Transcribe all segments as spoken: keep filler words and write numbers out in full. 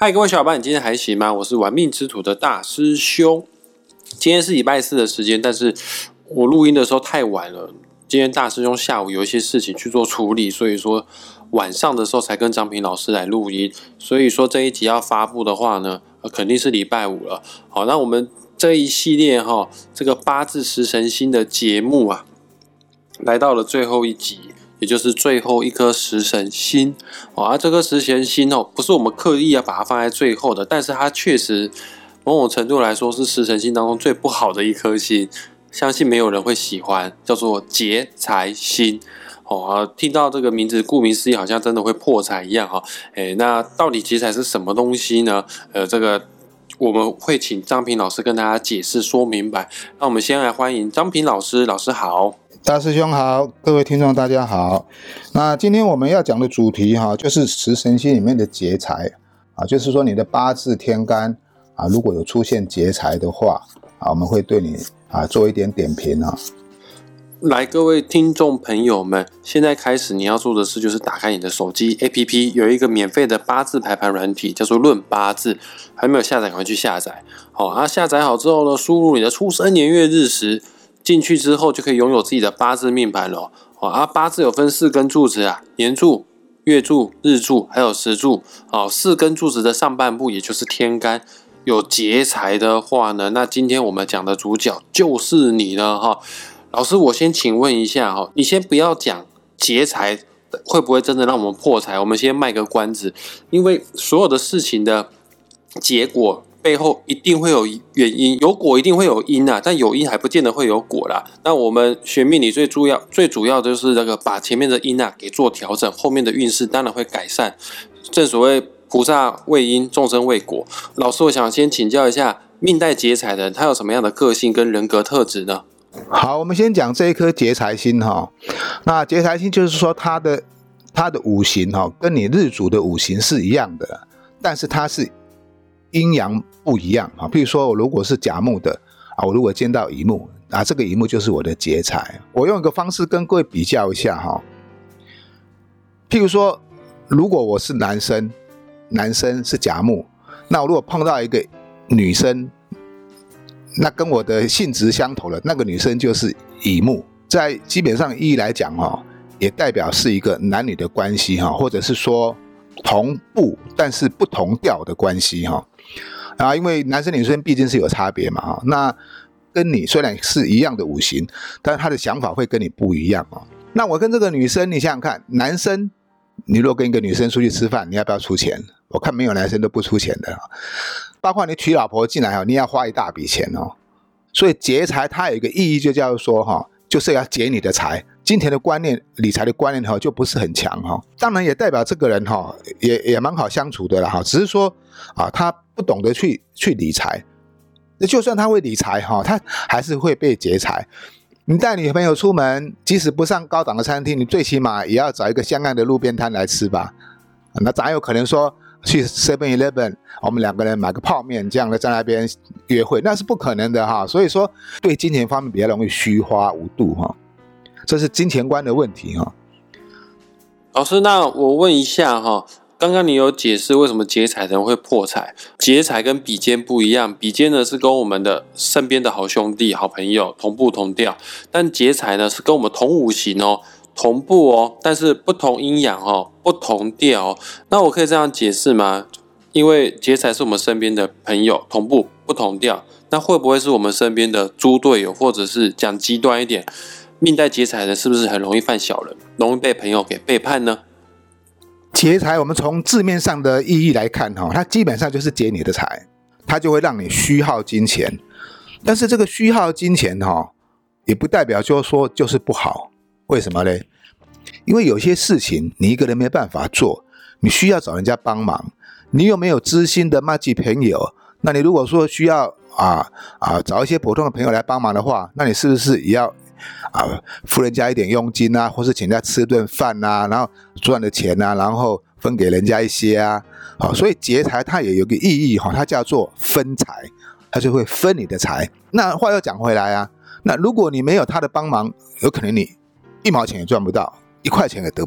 嗨，各位小伙伴，你今天还行吗？我是玩命之徒的大师兄。今天是礼拜四的时间，但是我录音的时候太晚了。今天大师兄下午有一些事情去做处理，所以说晚上的时候才跟张平老师来录音。所以说这一集要发布的话呢，呃、肯定是礼拜五了。好，那我们这一系列哈，这个八字食神星的节目啊，来到了最后一集。也就是最后一颗食神星哦，啊，这颗食神星哦，不是我们刻意要把它放在最后的，但是它确实某种程度来说是食神星当中最不好的一颗星，相信没有人会喜欢，叫做劫财星哦。啊，听到这个名字，顾名思义，好像真的会破财一样哈、哦。哎，那到底劫财是什么东西呢？呃，这个我们会请张平老师跟大家解释说明白。那我们先来欢迎张平老师，老师好。 大师兄好，各位听众大家好。那今天我们要讲的主题哈，就是食神星里面的劫财啊，就是说你的八字天干啊，如果有出现劫财的话啊，我们会对你啊做一点点评啊。 来，各位听众朋友们，现在开始你要做的事就是打开你的手机 A P P， 有一个免费的八字排盘软体，叫做论八字，还没有下载赶快去下载。好，啊，下载好之后呢，输入你的出生年月日时。进去之后就可以拥有自己的八字命盘了哦。啊，八字有分四根柱子啊，年柱、月柱、日柱，还有时柱。哦，四根柱子的上半部也就是天干，有劫财的话呢，那今天我们讲的主角就是你了哈。老师，我先请问一下哈，你先不要讲劫财会不会真的让我们破财，我们先卖个关子，因为所有的事情的结果。背后一定会有原因，有果一定会有因啊，但有因还不见得会有果啦。那我们学命理最主要、最主要就是那个把前面的因啊给做调整，后面的运势当然会改善。正所谓菩萨为因，众生为果。老师，我想先请教一下，命带劫财的人，他有什么样的个性跟人格特质呢？ 好，我们先讲这一颗劫财星哈。那劫财星就是说它的它的五行哈，跟你日主的五行是一样的，但是它是阴阳不一样啊，譬如说我如果是甲木的啊，我如果见到乙木啊，这个乙木就是我的劫财。我用一个方式跟各位比较一下哈，譬如说，如果我是男生，男生是甲木，那我如果碰到一个女生，那跟我的性质相投的那个女生就是乙木，在基本上意义来讲哈，也代表是一个男女的关系哈，或者是说同步但是不同调的关系哈。啊，因为男生女生毕竟是有差别嘛，那跟你虽然是一样的五行，但是他的想法会跟你不一样哦。那我跟这个女生，你想想看，男生你如果跟一个女生出去吃饭，你要不要出钱？我看没有男生都不出钱的，包括你娶老婆进来，你要花一大笔钱哦。所以劫财它有一个意义，就叫做说哈，就是要劫你的财。金钱的观念、理财的观念哈，就不是很强哈。当然也代表这个人哈，也也蛮好相处的啦哈。只是说啊，他不懂得去去理财。那就算他会理财哈，他还是会被劫财。你带女朋友出门，即使不上高档的餐厅，你最起码也要找一个相爱的路边摊来吃吧。那咋有可能说去 seven eleven 我们两个人买个泡面这样的在那边约会，那是不可能的哈。所以说对金钱方面比较容易虚花无度哈。这是金钱观的问题哈。 老师，那我问一下哈，刚刚你有解释为什么劫财的人会破财？劫财跟比肩不一样，比肩呢是跟我们的身边的好兄弟、好朋友同步同调，但劫财呢是跟我们同五行哦，同步哦，但是不同阴阳哦，不同调哦。那我可以这样解释吗？因为劫财是我们身边的朋友，同步不同调，那会不会是我们身边的猪队友，或者是讲极端一点？命带劫财的是不是很容易犯小人，容易被朋友给背叛呢？ 劫财我们从字面上的意义来看它基本上就是劫你的财，它就会让你虚耗金钱。但是这个虚耗金钱也不代表就是说就是不好。为什么呢？因为有些事情你一个人没办法做，你需要找人家帮忙。你有没有知心的麻吉朋友？那你如果说需要啊啊找一些普通的朋友来帮忙的话，那你是不是也要啊，付人家一点佣金啊，或是请人家吃顿饭啊，然后赚的钱啊，然后分给人家一些啊。好，所以劫财它也有个意义哈，它叫做分财，它就会分你的财。那话又讲回来啊，那如果你没有他的帮忙，有可能你一毛钱也赚不到，一块钱也得不到。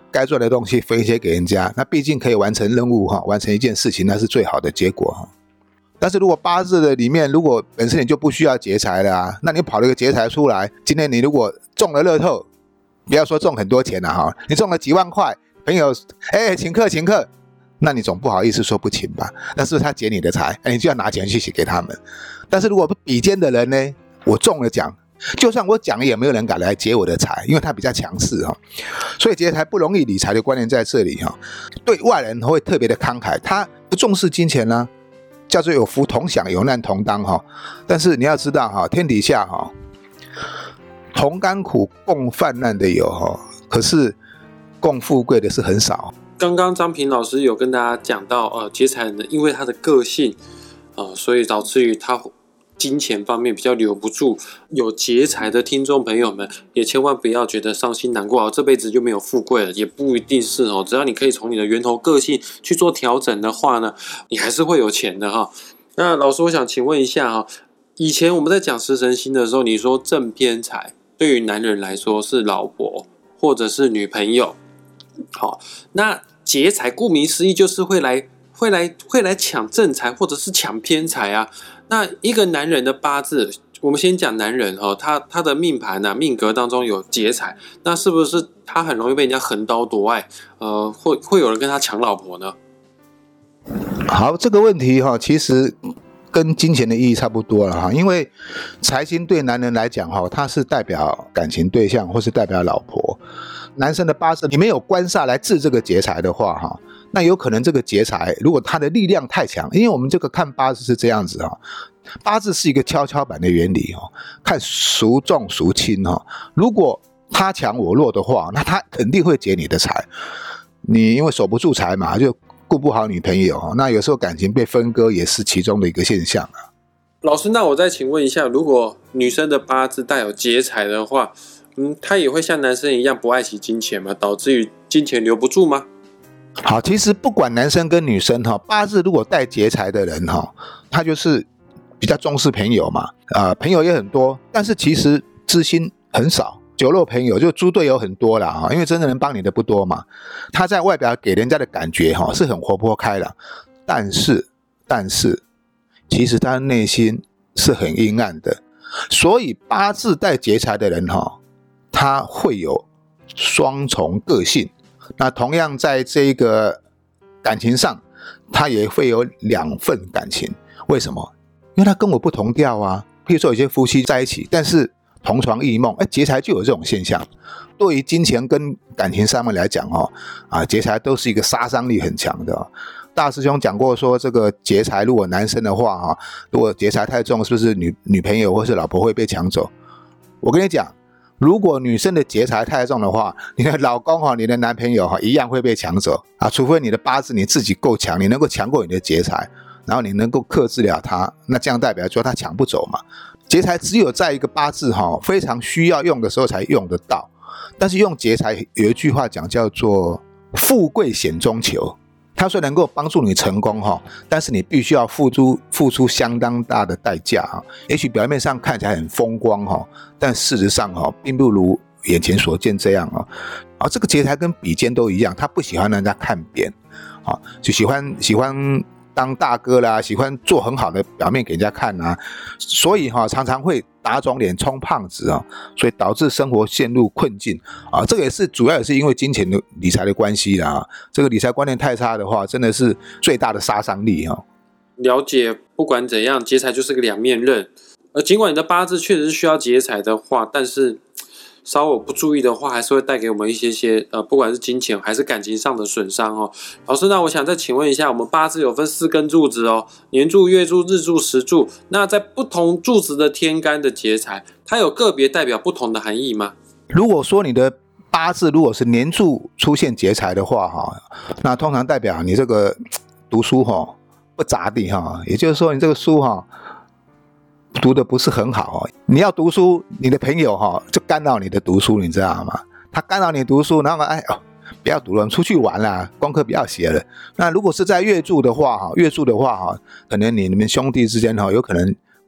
该做的东西分一些给人家，那毕竟可以完成任务哈，完成一件事情，那是最好的结果哈。但是如果八字的里面，如果本身你就不需要劫财了啊，那你跑了一个劫财出来，今天你如果中了乐透，不要说中很多钱了哈，你中了几万块，朋友哎请客请客，那你总不好意思说不请吧？那是不是他劫你的财，你就要拿钱去给他们？但是如果比肩的人呢，我中了奖，就算我讲也没有人敢来劫我的财，因为他比较强势哈。所以劫财不容易理财的观念在这里哈。对外人会特别的慷慨，他不重视金钱呢、啊，叫做有福同享，有难同当哈。但是你要知道哈，天底下哈，同甘苦共患难的有哈，可是共富贵的是很少。 刚刚张平老师有跟大家讲到，呃，劫财人因为他的个性，呃，所以导致于他金钱方面比较留不住。有劫财的听众朋友们，也千万不要觉得伤心难过哦，这辈子就没有富贵了，也不一定是哦。只要你可以从你的源头个性去做调整的话呢，你还是会有钱的哈。那老师，我想请问一下哈，以前我们在讲食神星的时候，你说正偏财对于男人来说是老婆或者是女朋友，好，那劫财顾名思义就是会来会来会来抢正财或者是抢偏财啊。那一个男人的八字，我们先讲男人哈，他他的命盘啊命格当中有劫财，那是不是他很容易被人家横刀夺爱？呃，会会有人跟他抢老婆呢？ 好，这个问题哈，其实跟金钱的意义差不多了哈，因为财星对男人来讲哈，它是代表感情对象或是代表老婆。男生的八字你没有官煞来制这个劫财的话哈，那有可能这个劫财如果他的力量太强，因为我们这个看八字是这样子哈，八字是一个跷跷板的原理哈，看孰重孰轻哈。如果他强我弱的话，那他肯定会劫你的财。你因为守不住财嘛，就顾不好女朋友，那有时候感情被分割也是其中的一个现象啊。 老师，那我再请问一下，如果女生的八字带有劫财的话，嗯，她也会像男生一样不爱惜金钱吗？导致于金钱留不住吗？ 好，其实不管男生跟女生哈，八字如果带劫财的人哈，他就是比较重视朋友嘛，呃，朋友也很多，但是其实知心很少，酒肉朋友就猪队友很多啦哈，因为真的能帮你的不多嘛。他在外表给人家的感觉哈是很活泼开朗，但是但是其实他内心是很阴暗的，所以八字带劫财的人哈，他会有双重个性。那同样在这个感情上，他也会有两份感情。为什么？因为他跟我不同调啊。譬如说有些夫妻在一起，但是同床异梦，哎，劫财就有这种现象。对于金钱跟感情上面来讲哦，啊，劫财都是一个杀伤力很强的哦。大师兄讲过说，这个劫财如果男生的话哈，如果劫财太重，是不是女女朋友或是老婆会被抢走？我跟你讲，如果女生的劫财太重的话，你的老公哈，你的男朋友哈，一样会被抢走啊！除非你的八字你自己够强，你能够强过你的劫财，然后你能够克制了他，那这样代表说他抢不走嘛。劫财只有在一个八字哈非常需要用的时候才用得到，但是用劫财有一句话讲叫做富贵险中求。它虽然能够帮助你成功哈，但是你必须要付出付出相当大的代价哈。也许表面上看起来很风光哈，但事实上哈，并不如眼前所见这样啊。啊，这个劫财跟比肩都一样，他不喜欢让人家看扁，啊，就喜欢喜欢当大哥啦，喜欢做很好的表面给人家看啊，所以哈、啊，常常会打肿脸充胖子啊，所以导致生活陷入困境啊。这个也是主要也是因为金钱的理财的关系啦、啊。这个理财观念太差的话，真的是最大的杀伤力啊。 了解，不管怎样，劫财就是个两面刃。而尽管你的八字确实是需要劫财的话，但是稍有不注意的话，还是会带给我们一些些呃，不管是金钱还是感情上的损伤哦。老师，那我想再请问一下，我们八字有分四根柱子哦，年柱、月柱、日柱、时柱。那在不同柱子的天干的劫财，它有个别代表不同的含义吗？ 如果说你的八字如果是年柱出现劫财的话哈，那通常代表你这个读书哈不咋地哈，也就是说你这个书哈读的不是很好，你要读书，你的朋友哈就干扰你的读书，你知道吗？他干扰你读书，然后哎哦，不要读了，出去玩啦，功课不要写了。那如果是在月柱的话哈，月柱的话哈，可能你们兄弟之间哈有可能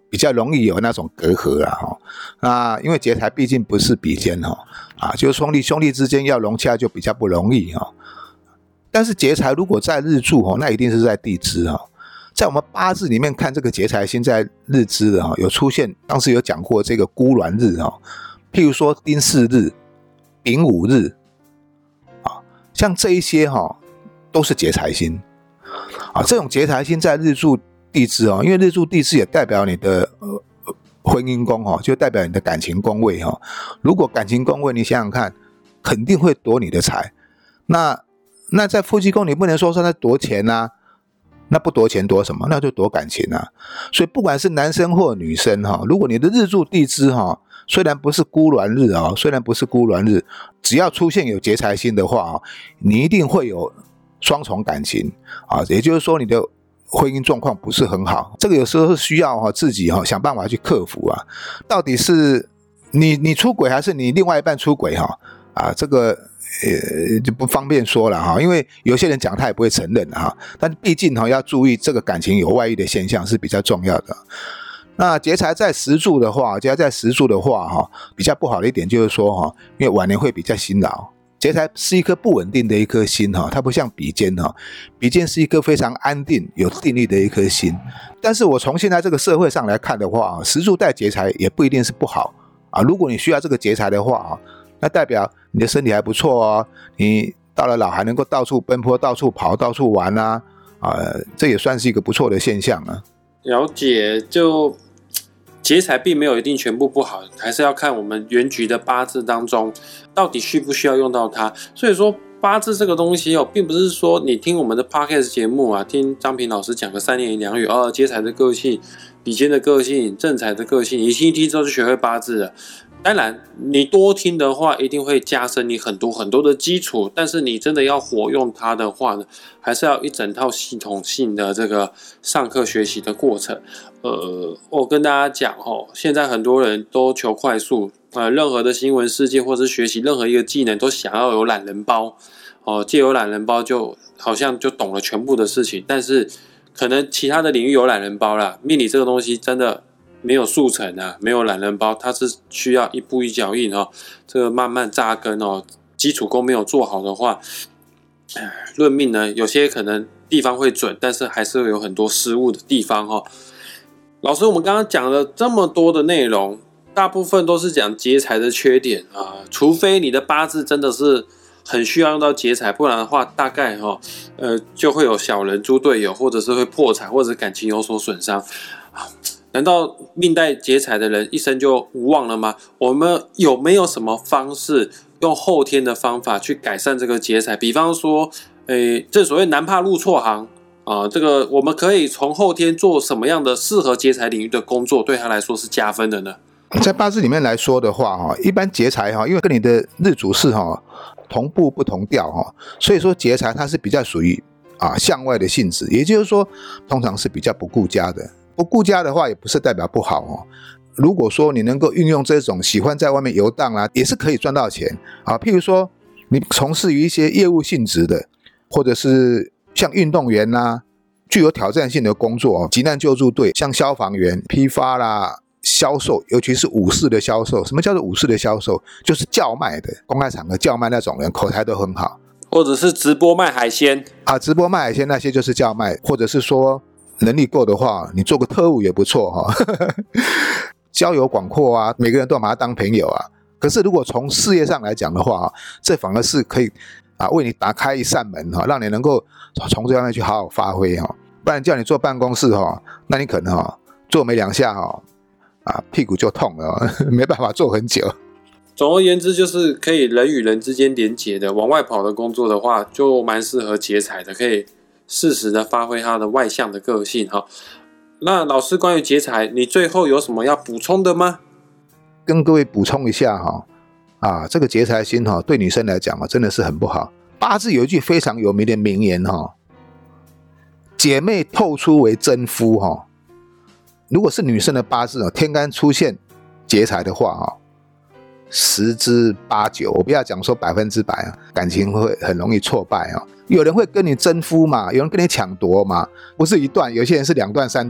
比较容易有那种隔阂啦哈。那因为劫财毕竟不是比肩哈啊，就是兄弟兄弟之间要融洽就比较不容易哈。但是劫财如果在日柱哈，那一定是在地支哈。在我们八字里面看这个劫财星在日支的哈，有出现，当时有讲过这个孤鸾日哈，譬如说丁巳日、丙午日啊，像这一些哈都是劫财星啊。这种劫财星在日柱地支哦，因为日柱地支也代表你的呃婚姻宫哈，就代表你的感情宫位哈。如果感情宫位，你想想看，肯定会夺你的财。那那在夫妻宫，你不能说说他夺钱啊。那不夺钱夺什么？那就夺感情啊！所以不管是男生或女生哈，如果你的日柱地支哈，虽然不是孤鸾日啊，虽然不是孤鸾日，只要出现有劫财星的话，你一定会有双重感情啊。也就是说，你的婚姻状况不是很好，这个有时候是需要自己想办法去克服啊。到底是你你出轨还是你另外一半出轨哈？啊，这个。呃，就不方便说了哈，因为有些人讲他也不会承认哈。但毕竟哈，要注意这个感情有外遇的现象是比较重要的。那劫财在时柱的话，劫财在时柱的话哈，比较不好的一点就是说哈，因为晚年会比较辛劳。劫财是一颗不稳定的一颗星哈，它不像比肩哈，比肩是一颗非常安定有定力的一颗星。但是我从现在这个社会上来看的话，时柱带劫财也不一定是不好啊。如果你需要这个劫财的话，那代表你的身体还不错哦，你到了老还能够到处奔波、到处跑、到处玩啊，呃，这也算是一个不错的现象啊。 了解，就劫财并没有一定全部不好，还是要看我们原局的八字当中到底需不需要用到它。所以说八字这个东西哦，并不是说你听我们的 podcast 节目啊，听张平老师讲个三言两语哦，劫财的个性、比肩的个性、正财的个性，你听一听之后就学会八字了。当然你多听的话一定会加深你很多很多的基础，但是你真的要活用它的话呢，还是要一整套系统性的这个上课学习的过程。呃，我跟大家讲哦，现在很多人都求快速，呃，任何的新闻事件或是学习任何一个技能都想要有懒人包哦，借由懒人包就好像就懂了全部的事情，但是可能其他的领域有懒人包啦，命理这个东西真的没有速成啊，没有懒人包，它是需要一步一脚印哦，这个慢慢扎根哦，基础功没有做好的话，论命呢，有些可能地方会准，但是还是会有很多失误的地方哦。老师，我们刚刚讲了这么多的内容，大部分都是讲劫财的缺点啊，除非你的八字真的是很需要用到劫财，不然的话，大概哈、哦，呃，就会有小人猪队友，或者是会破财，或者感情有所损伤啊。难道命带劫财的人一生就无望了吗？我们有没有什么方式用后天的方法去改善这个劫财？比方说，诶，正所谓男怕入错行啊、呃，这个我们可以从后天做什么样的适合劫财领域的工作，对他来说是加分的呢？ 在八字里面来说的话，一般劫财因为跟你的日主是同步不同调，所以说劫财它是比较属于啊向外的性质，也就是说，通常是比较不顾家的。不顾家的话，也不是代表不好哦。如果说你能够运用这种喜欢在外面游荡啊，也是可以赚到钱啊。譬如说，你从事于一些业务性质的，或者是像运动员啊，具有挑战性的工作，急难救助队，像消防员、批发啦、销售，尤其是武士的销售。什么叫做武士的销售？就是叫卖的，公开场合叫卖那种人，口才都很好。 或者是直播卖海鲜啊，直播卖海鲜那些就是叫卖，或者是说能力够的话，你做个特务也不错哈、哦。交友广阔啊，每个人都把他当朋友啊。可是如果从事业上来讲的话，这反而是可以啊为你打开一扇门哈，让你能够从这方面去好好发挥哈。不然叫你坐办公室哈，那你可能哈坐没两下哈啊屁股就痛了，没办法坐很久。 总而言之，就是可以人与人之间连结的，往外跑的工作的话，就蛮适合劫财的，可以适时的发挥他的外向的个性哈。那老师关于劫财，你最后有什么要补充的吗？ 跟各位补充一下哈，啊，这个劫财星哈，对女生来讲真的是很不好。八字有一句非常有名的名言哈，姐妹透出为真夫哈。如果是女生的八字天干出现劫财的话哈，十之八九，我不要讲说百分之百啊，感情会很容易挫败啊。有人会跟你争夫嘛，有人跟你抢夺嘛，不是一段，有些人是两段三段，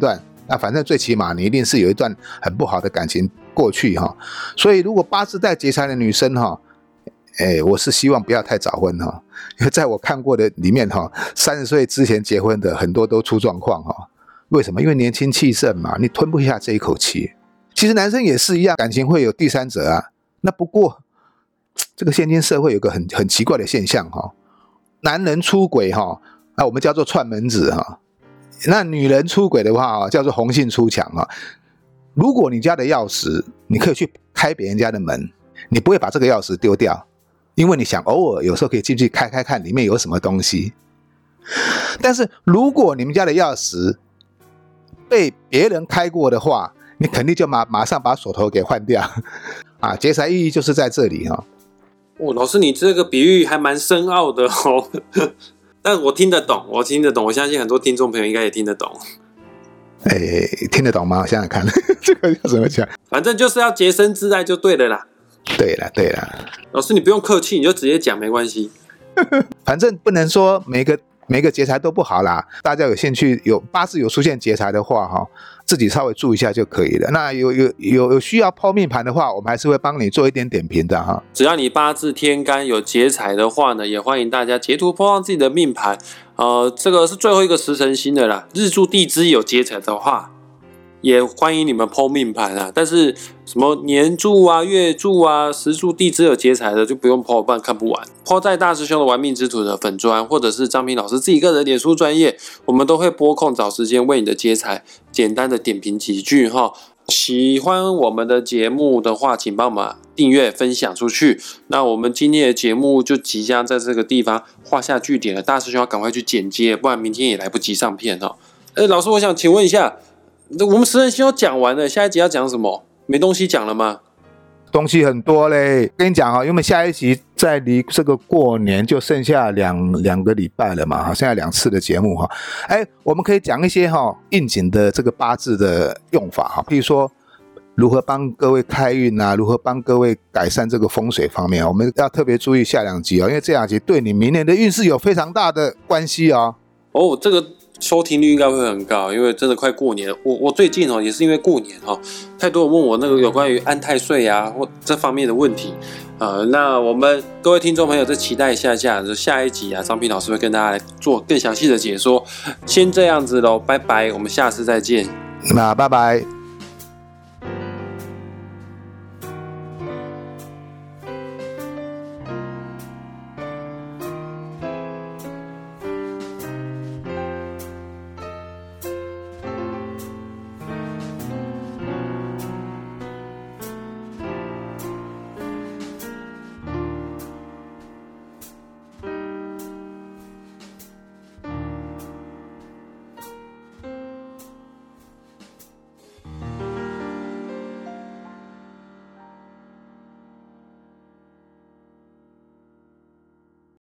那反正最起码你一定是有一段很不好的感情过去哈。所以如果八字带劫财的女生哈，哎，我是希望不要太早婚哈，因为在我看过的里面哈，三十岁之前结婚的很多都出状况哈。为什么？因为年轻气盛嘛，你吞不下这一口气。其实男生也是一样，感情会有第三者啊。那不过这个现今社会有个很很奇怪的现象哈，男人出轨哈，啊我们叫做串门子哈，那女人出轨的话叫做红杏出墙哈。如果你家的钥匙，你可以去开别人家的门，你不会把这个钥匙丢掉，因为你想偶尔有时候可以进去开开看里面有什么东西。但是如果你们家的钥匙被别人开过的话，你肯定就马马上把锁头给换掉啊！劫财意义就是在这里哈、 哦。哦，老师，你这个比喻还蛮深奥的哦，但我听得懂，我听得懂，我相信很多听众朋友应该也听得懂。 哎，听得懂吗？我想想看，这个要怎么讲？ 反正就是要洁身自爱就对了啦。 对了，对了， 老师你不用客气，你就直接讲没关系。 反正不能说每个。每个劫财都不好啦，大家有兴趣有八字有出现劫财的话哈，自己稍微注意一下就可以了。那有有有有需要剖命盘的话，我们还是会帮你做一点点评的哈。 只要你八字天干有劫财的话呢，也欢迎大家截图抛上自己的命盘。呃，这个是最后一个时辰星的啦，日柱地支有劫财的话，也欢迎你们剖命盘啊。但是什么年柱啊、月柱啊、时柱地支有劫财的就不用剖，不然看不完。抛在大师兄的玩命之徒的粉专，或者是张平老师自己个人脸书专页，我们都会拨空找时间为你的劫财简单的点评几句哈。喜欢我们的节目的话，请帮我们订阅、分享出去。那我们今天的节目就即将在这个地方画下句点了，大师兄要赶快去剪接，不然明天也来不及上片哈。哎，老师，我想请问一下，我们十人星都讲完了，下一集要讲什么？没东西讲了吗？ 东西很多嘞，跟你讲哈，因为下一集在离这个过年就剩下两两个礼拜了嘛，剩下两次的节目哈。哎，我们可以讲一些哈应景的这个八字的用法哈，譬如说如何帮各位开运啊，如何帮各位改善这个风水方面，我们要特别注意下两集哦，因为这两集对你明年的运势有非常大的关系哦。 哦，这个收听率应该会很高，因为真的快过年了。我我最近哦也是因为过年哦，太多人问我那个有关于安太岁啊或这方面的问题。呃，那我们各位听众朋友再期待一下下，就下一集啊，张平老师会跟大家来做更详细的解说。先这样子咯，拜拜，我们下次再见。 那拜拜。